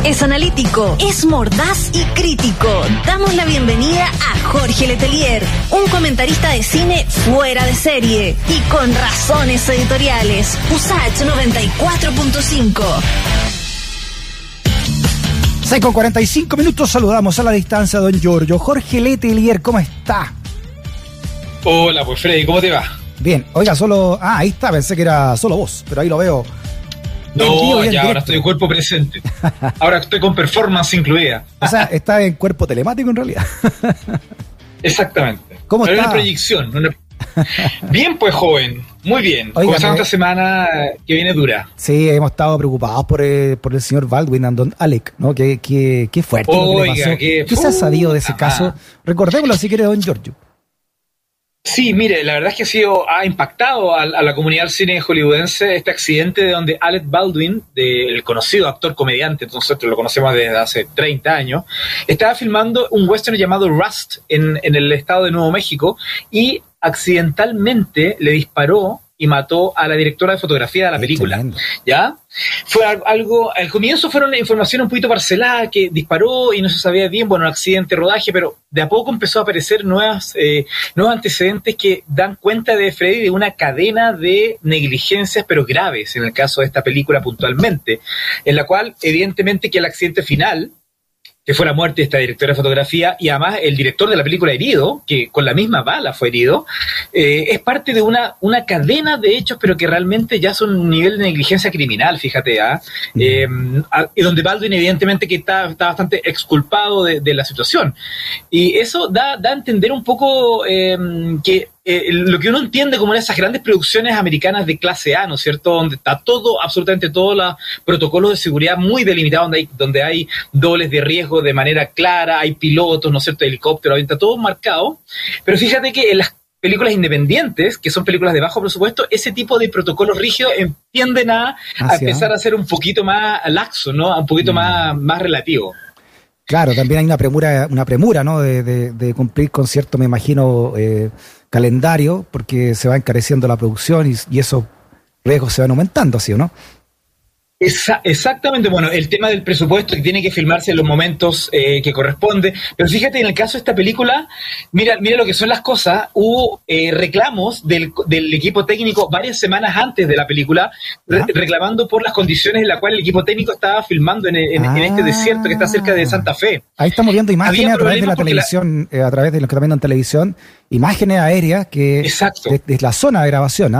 Es analítico, es mordaz y crítico. Damos la bienvenida a Jorge Letelier, un comentarista de cine fuera de serie y con razones editoriales. USACH 94.5. 6:45, saludamos a la distancia a don Giorgio. Jorge Letelier, ¿cómo está? Hola, pues Freddy, ¿cómo te va? Bien, oiga, solo... ahí está, pensé que era solo vos, pero ahí lo veo. No, ya, ahora estoy en cuerpo presente. Ahora estoy con performance incluida. O sea, está en cuerpo telemático en realidad. Exactamente. ¿Cómo pero está? Una proyección. Bien, pues, joven. Muy bien. Oiga, comenzando esta semana que viene dura. Sí, hemos estado preocupados por el señor Baldwin and Don Alec, ¿no? Qué fuerte lo que le pasó. ¿Qué se ha sabido de ese caso? Recordémoslo si quiere, don Giorgio. Sí, mire, la verdad es que ha impactado a la comunidad del cine hollywoodense este accidente de donde Alec Baldwin, el conocido actor comediante, nosotros lo conocemos desde hace 30 años, estaba filmando un western llamado Rust en el estado de Nuevo México y accidentalmente le disparó y mató a la directora de fotografía de la película. Tremendo. ¿Ya? Fue algo, al comienzo fueron la información un poquito parcelada, que disparó y no se sabía bien, bueno, accidente, rodaje, pero de a poco empezó a aparecer nuevos antecedentes que dan cuenta de Freddy de una cadena de negligencias, pero graves, en el caso de esta película puntualmente, en la cual, evidentemente, que el accidente final, que fue la muerte de esta directora de fotografía, y además el director de la película herido, que con la misma bala fue herido, es parte de una cadena de hechos, pero que realmente ya son un nivel de negligencia criminal, fíjate, y donde Baldwin evidentemente que está bastante exculpado de la situación. Y eso da a entender un poco que lo que uno entiende como esas grandes producciones americanas de clase A, ¿no es cierto?, donde está todo, absolutamente todos los protocolos de seguridad muy delimitados, donde hay dobles de riesgo de manera clara, hay pilotos, ¿no es cierto?, helicópteros, está todo marcado. Pero fíjate que en las películas independientes, que son películas de bajo presupuesto, ese tipo de protocolos rígidos tienden a empezar a ser un poquito más laxo, ¿no?, un poquito más relativo. Claro, también hay una premura, ¿no?, de cumplir con cierto, me imagino, calendario, porque se va encareciendo la producción y esos riesgos se van aumentando, ¿sí o no? Exactamente, bueno, el tema del presupuesto que tiene que filmarse en los momentos que corresponde, pero fíjate, en el caso de esta película, mira lo que son las cosas, hubo reclamos del equipo técnico varias semanas antes de la película, reclamando por las condiciones en las cuales el equipo técnico estaba filmando en este desierto que está cerca de Santa Fe. Ahí estamos viendo imágenes a través de la televisión, a través de los que están viendo en televisión, imágenes aéreas que de la zona de grabación,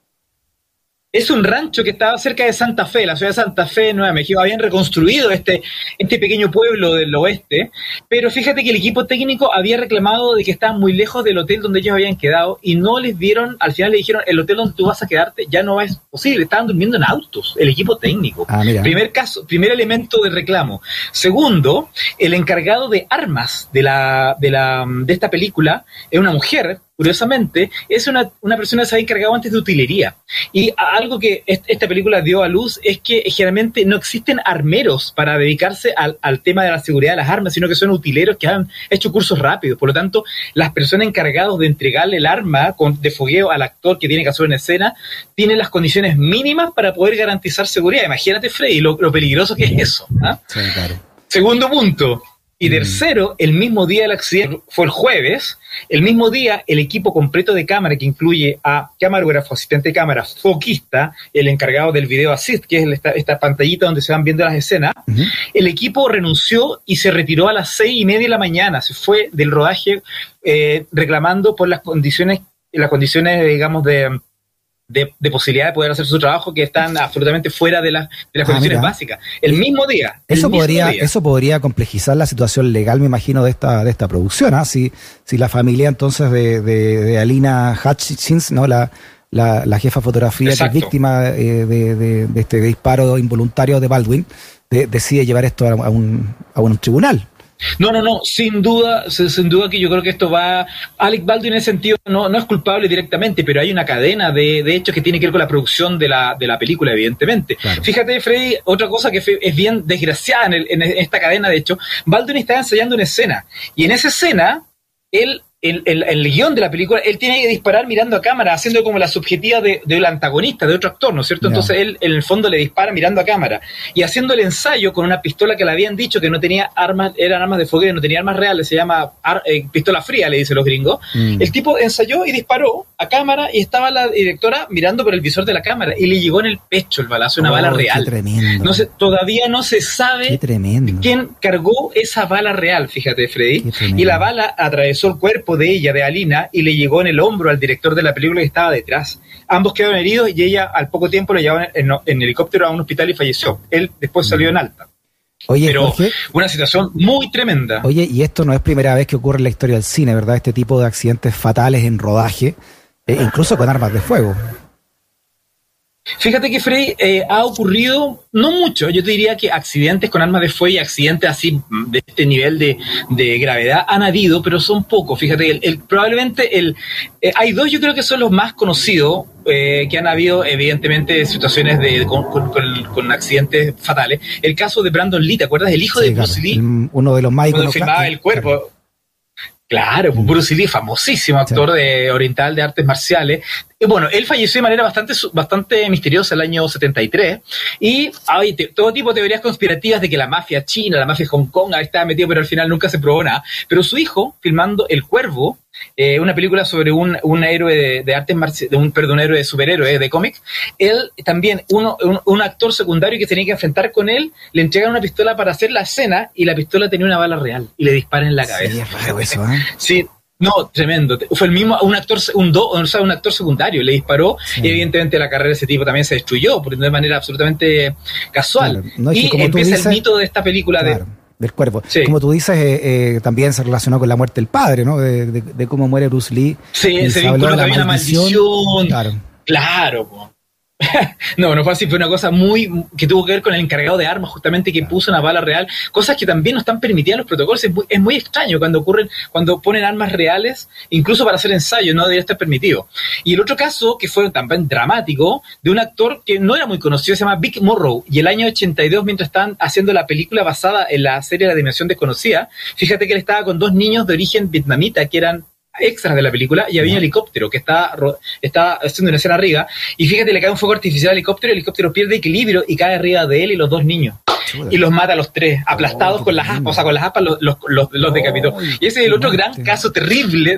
Es un rancho que estaba cerca de Santa Fe, la ciudad de Santa Fe, Nueva México. Habían reconstruido este pequeño pueblo del oeste, pero fíjate que el equipo técnico había reclamado de que estaban muy lejos del hotel donde ellos habían quedado y no les dieron, al final le dijeron, el hotel donde tú vas a quedarte ya no es posible, estaban durmiendo en autos, el equipo técnico. Primer elemento de reclamo. Segundo, el encargado de armas de esta película es una mujer. Curiosamente, es una persona que se había encargado antes de utilería. Y algo que esta película dio a luz es que generalmente no existen armeros para dedicarse al tema de la seguridad de las armas, sino que son utileros que han hecho cursos rápidos. Por lo tanto, las personas encargadas de entregarle el arma de fogueo al actor que tiene que hacer una escena tienen las condiciones mínimas para poder garantizar seguridad. Imagínate, Freddy, lo peligroso que es eso. Sí, claro. Segundo punto. Y tercero, el mismo día del accidente, fue el jueves, el mismo día el equipo completo de cámara, que incluye a camarógrafo, asistente de cámara, foquista, el encargado del video assist, que es esta pantallita donde se van viendo las escenas, el equipo renunció y se retiró a las 6:30 de la mañana, se fue del rodaje reclamando por las condiciones, digamos, de posibilidad de poder hacer su trabajo, que están absolutamente fuera de las condiciones básicas. El mismo día. Eso podría complejizar la situación legal, me imagino, de esta producción, si la familia entonces de Alina Hutchins, ¿no?, la jefa de fotografía, que es víctima de este disparo involuntario de Baldwin, decide llevar esto a un tribunal. No, sin duda que yo creo que esto va... Alec Baldwin en ese sentido no es culpable directamente, pero hay una cadena de hechos que tiene que ver con la producción de la película, evidentemente. Claro. Fíjate, Freddy, otra cosa que es bien desgraciada en esta cadena de hechos, Baldwin estaba ensayando una escena, y en esa escena él el guión de la película, él tiene que disparar mirando a cámara, haciendo como la subjetiva del antagonista, de otro actor, ¿no es cierto? Entonces él en el fondo le dispara mirando a cámara y haciendo el ensayo con una pistola que le habían dicho que no tenía armas, eran armas de fogueo, no tenía armas reales, se llama pistola fría, le dicen los gringos. El tipo ensayó y disparó a cámara y estaba la directora mirando por el visor de la cámara y le llegó en el pecho el balazo, una bala real. Tremendo. Todavía no se sabe quién cargó esa bala real, fíjate, Freddy, y la bala atravesó el cuerpo de ella, de Alina, y le llegó en el hombro al director de la película que estaba detrás. Ambos quedaron heridos y ella al poco tiempo lo llevaron en helicóptero a un hospital y falleció. Él después salió en alta. Oye, pero Jorge, una situación muy tremenda. Oye, y esto no es primera vez que ocurre en la historia del cine, ¿verdad? Este tipo de accidentes fatales en rodaje, incluso con armas de fuego. Fíjate que, Frey, ha ocurrido, no mucho, yo te diría que accidentes con armas de fuego y accidentes así de este nivel de gravedad han habido, pero son pocos. Fíjate, probablemente hay dos, yo creo que son los más conocidos, que han habido evidentemente situaciones con accidentes fatales. El caso de Brandon Lee, ¿te acuerdas? El hijo de Bruce Lee. Uno de los más cuando filmaba el cuerpo. Claro, Bruce Lee, famosísimo actor oriental de artes marciales. Y bueno, él falleció de manera bastante misteriosa el año 73 y hay todo tipo de teorías conspirativas de que la mafia china, la mafia de Hong Kong estaba metido, pero al final nunca se probó nada. Pero su hijo, filmando El Cuervo, una película sobre un héroe de artes marciales, un héroe de superhéroe de cómics, él también, un actor secundario que tenía que enfrentar con él, le entregan una pistola para hacer la escena y la pistola tenía una bala real y le disparan en la cabeza. Sí, es raro eso, ¿eh? Sí. No, tremendo. Fue el mismo, un actor secundario, le disparó y evidentemente la carrera de ese tipo también se destruyó de manera absolutamente casual. Claro. No, es y que como empieza dices, el mito de esta película del cuerpo. Sí. Como tú dices, también se relacionó con la muerte del padre, ¿no? De cómo muere Bruce Lee. Sí, se vinculó también a la maldición. Claro. No fue así, fue una cosa que tuvo que ver con el encargado de armas, justamente, que puso una bala real, cosas que también no están permitidas en los protocolos. Es muy extraño cuando ponen armas reales, incluso para hacer ensayos, no debería estar permitido. Y el otro caso, que fue también dramático, de un actor que no era muy conocido, se llama Vic Morrow, y el año 82, mientras estaban haciendo la película basada en la serie La Dimensión Desconocida, fíjate que él estaba con 2 niños de origen vietnamita, que eran extras de la película, y había un helicóptero que estaba haciendo una escena arriba, y fíjate, le cae un fuego artificial al helicóptero, el helicóptero pierde equilibrio y cae arriba de él y los 2 niños. Y los mata a los 3, aplastados con las aspas, o sea, con las aspas los decapitó. Y ese es el otro gran caso terrible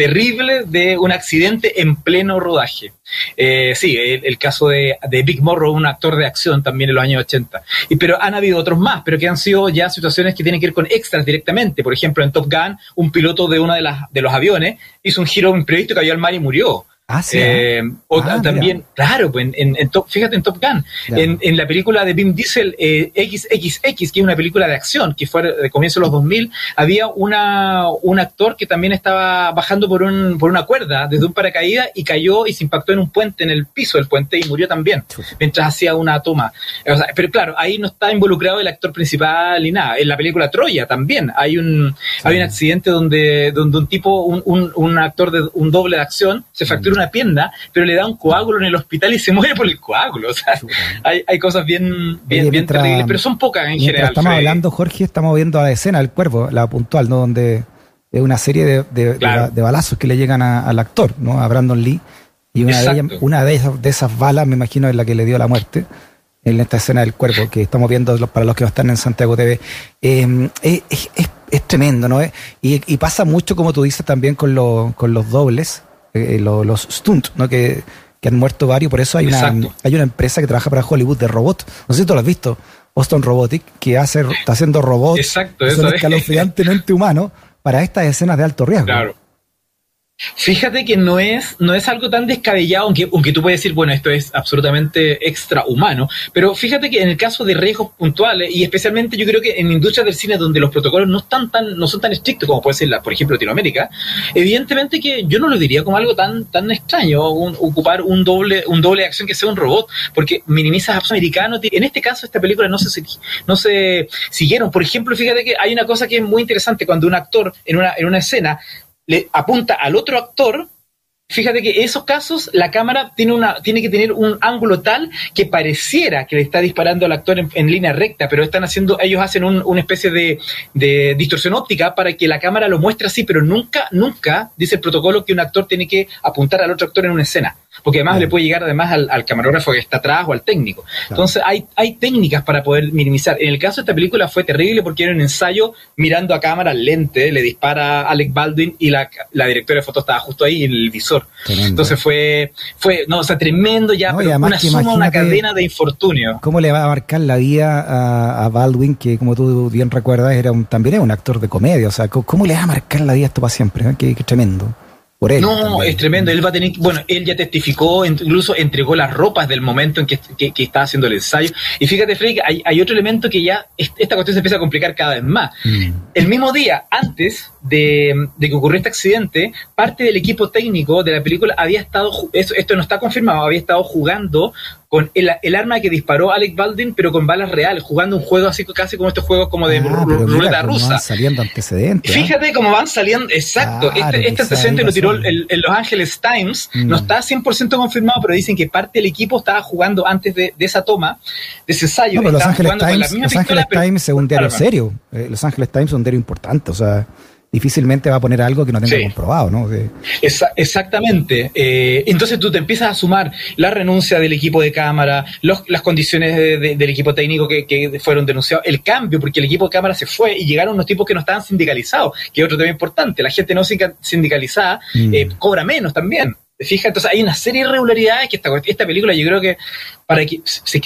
de un accidente en pleno rodaje. Sí, el caso de Vic Morrow, un actor de acción también en los años 80. Pero han habido otros más, pero que han sido ya situaciones que tienen que ver con extras directamente. Por ejemplo, en Top Gun, un piloto de uno de los aviones hizo un giro imprevisto, cayó al mar y murió. Sí. También, mira. Claro, pues fíjate en Top Gun, en la película de Vin Diesel, XXX, que es una película de acción, que fue de comienzo de los 2000, había un actor que también estaba bajando por una cuerda desde un paracaídas y cayó y se impactó en un puente, en el piso del puente, y murió también, mientras hacía una toma. O sea, pero claro, ahí no está involucrado el actor principal ni nada. En la película Troya también hay un accidente donde un tipo, un actor un doble de acción, se fractura una pierna, pero le da un coágulo en el hospital y se muere por el coágulo. O sea, hay cosas bien terribles, pero son pocas en general. Estamos hablando, Jorge, estamos viendo la escena del Cuervo, la puntual, ¿no? Donde es una serie de balazos que le llegan al actor, ¿no? A Brandon Lee, y una de esas balas, me imagino, es la que le dio la muerte en esta escena del Cuervo que estamos viendo para los que no están en Santiago TV. Es tremendo, ¿no? Y pasa mucho, como tú dices, también con los dobles, los stunts, ¿no? Que han muerto varios. Por eso hay una empresa que trabaja para Hollywood de robots. No sé si tú lo has visto, Austin Robotic, que está haciendo robots que son escalofriantemente humanos para estas escenas de alto riesgo. Claro. Fíjate que no es algo tan descabellado, aunque tú puedes decir, bueno, esto es absolutamente extrahumano, pero fíjate que en el caso de riesgos puntuales, y especialmente yo creo que en industrias del cine donde los protocolos no son tan estrictos como puede ser, por ejemplo, Latinoamérica, evidentemente que yo no lo diría como algo tan extraño, ocupar un doble de acción que sea un robot, porque minimizas a americanos. En este caso, esta película no se siguieron. Por ejemplo, fíjate que hay una cosa que es muy interesante cuando un actor en una escena le apunta al otro actor Fíjate que en esos casos la cámara tiene que tener un ángulo tal que pareciera que le está disparando al actor en línea recta, pero ellos hacen una especie de distorsión óptica para que la cámara lo muestre así, pero nunca dice el protocolo que un actor tiene que apuntar al otro actor en una escena, porque además le puede llegar además al camarógrafo que está atrás o al técnico. Entonces hay técnicas para poder minimizar. En el caso de esta película fue terrible porque era un ensayo mirando a cámara lente, le dispara a Alec Baldwin y la directora de fotos estaba justo ahí en el visor. Tremendo. Entonces fue tremendo ya, no, pero una cadena de infortunio. ¿Cómo le va a marcar la vida a Baldwin, que como tú bien recuerdas también era un actor de comedia? O sea, ¿cómo le va a marcar la vida esto para siempre? Qué tremendo. Por él, no, también. Es tremendo. Él va a tener, él ya testificó, incluso entregó las ropas del momento en que estaba haciendo el ensayo. Y fíjate, Freddy, hay otro elemento que ya esta cuestión se empieza a complicar cada vez más. El mismo día, antes de que ocurrió este accidente, parte del equipo técnico de la película había estado, esto no está confirmado, había estado jugando con el arma que disparó Alec Baldwin, pero con balas reales, jugando un juego así, casi como estos juegos como de ruleta rusa. Van saliendo antecedentes. Fíjate cómo van saliendo, exacto. Este antecedente lo tiró el Los Angeles Times, no está 100% confirmado, pero dicen que parte del equipo estaba jugando antes de esa toma, de ese ensayo. No, Los Angeles Times es un diario serio. Los Angeles Times es un diario importante, o sea, difícilmente va a poner algo que no tenga comprobado, ¿no? Exactamente. Entonces tú te empiezas a sumar la renuncia del equipo de cámara, las condiciones del equipo técnico que fueron denunciados, el cambio, porque el equipo de cámara se fue y llegaron unos tipos que no estaban sindicalizados, que es otro tema importante. La gente no sindicalizada cobra menos también. ¿Te fijas? Entonces hay una serie de irregularidades que esta película, yo creo que si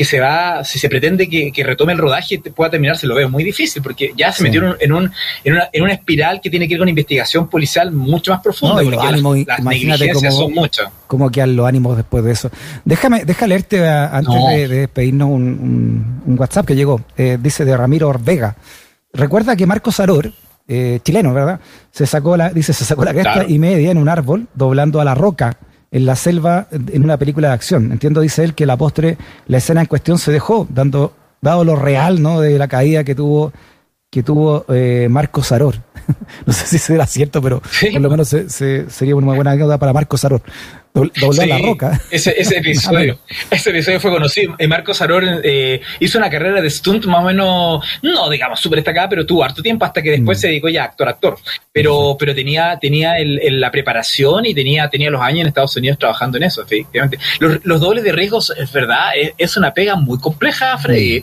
se pretende que retome el rodaje pueda terminar, se lo veo muy difícil, porque ya se metieron en una espiral que tiene que ir con investigación policial mucho más profunda, no, porque las negligencias son muchas. ¿Cómo quedan los ánimos después de eso? Deja leerte antes de despedirnos un WhatsApp que llegó, dice de Ramiro Orvega. Recuerda que Marco Saror, chileno, ¿verdad? Se sacó la cresta y media en un árbol, doblando a La Roca en la selva en una película de acción. Entiendo, dice él, que la postre, la escena en cuestión se dejó, dado lo real, ¿no?, de la caída que tuvo Marco Saror. No sé si será cierto, pero por lo menos sería una buena anécdota para Marco Saror. Dobló a La Roca. Ese episodio fue conocido. Marco Saror hizo una carrera de stunt más o menos, no digamos súper destacada, pero tuvo harto tiempo hasta que después se dedicó ya a actor. Pero tenía la preparación y tenía los años en Estados Unidos trabajando en eso, efectivamente. Los dobles de riesgos, es verdad, es una pega muy compleja, Freddy.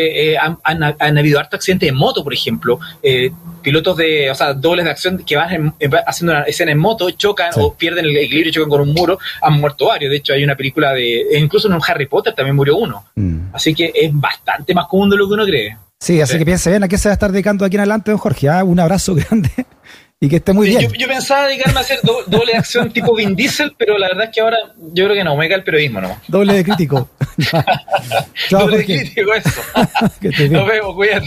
Han habido hartos accidentes de moto, por ejemplo. Pilotos dobles de acción que van haciendo una escena en moto, chocan o pierden el equilibrio y chocan con un muro. Han muerto varios. De hecho, hay una película incluso en un Harry Potter también murió uno. Así que es bastante más común de lo que uno cree. Sí, así que piense bien a qué se va a estar dedicando aquí en adelante, don Jorge. Un abrazo grande y que esté muy bien. Yo pensaba dedicarme a hacer doble de acción tipo Vin Diesel, pero la verdad es que ahora yo creo que no, me cae el periodismo nomás. Doble de crítico. Chao, doble de crítico, eso. Nos vemos, cuídate.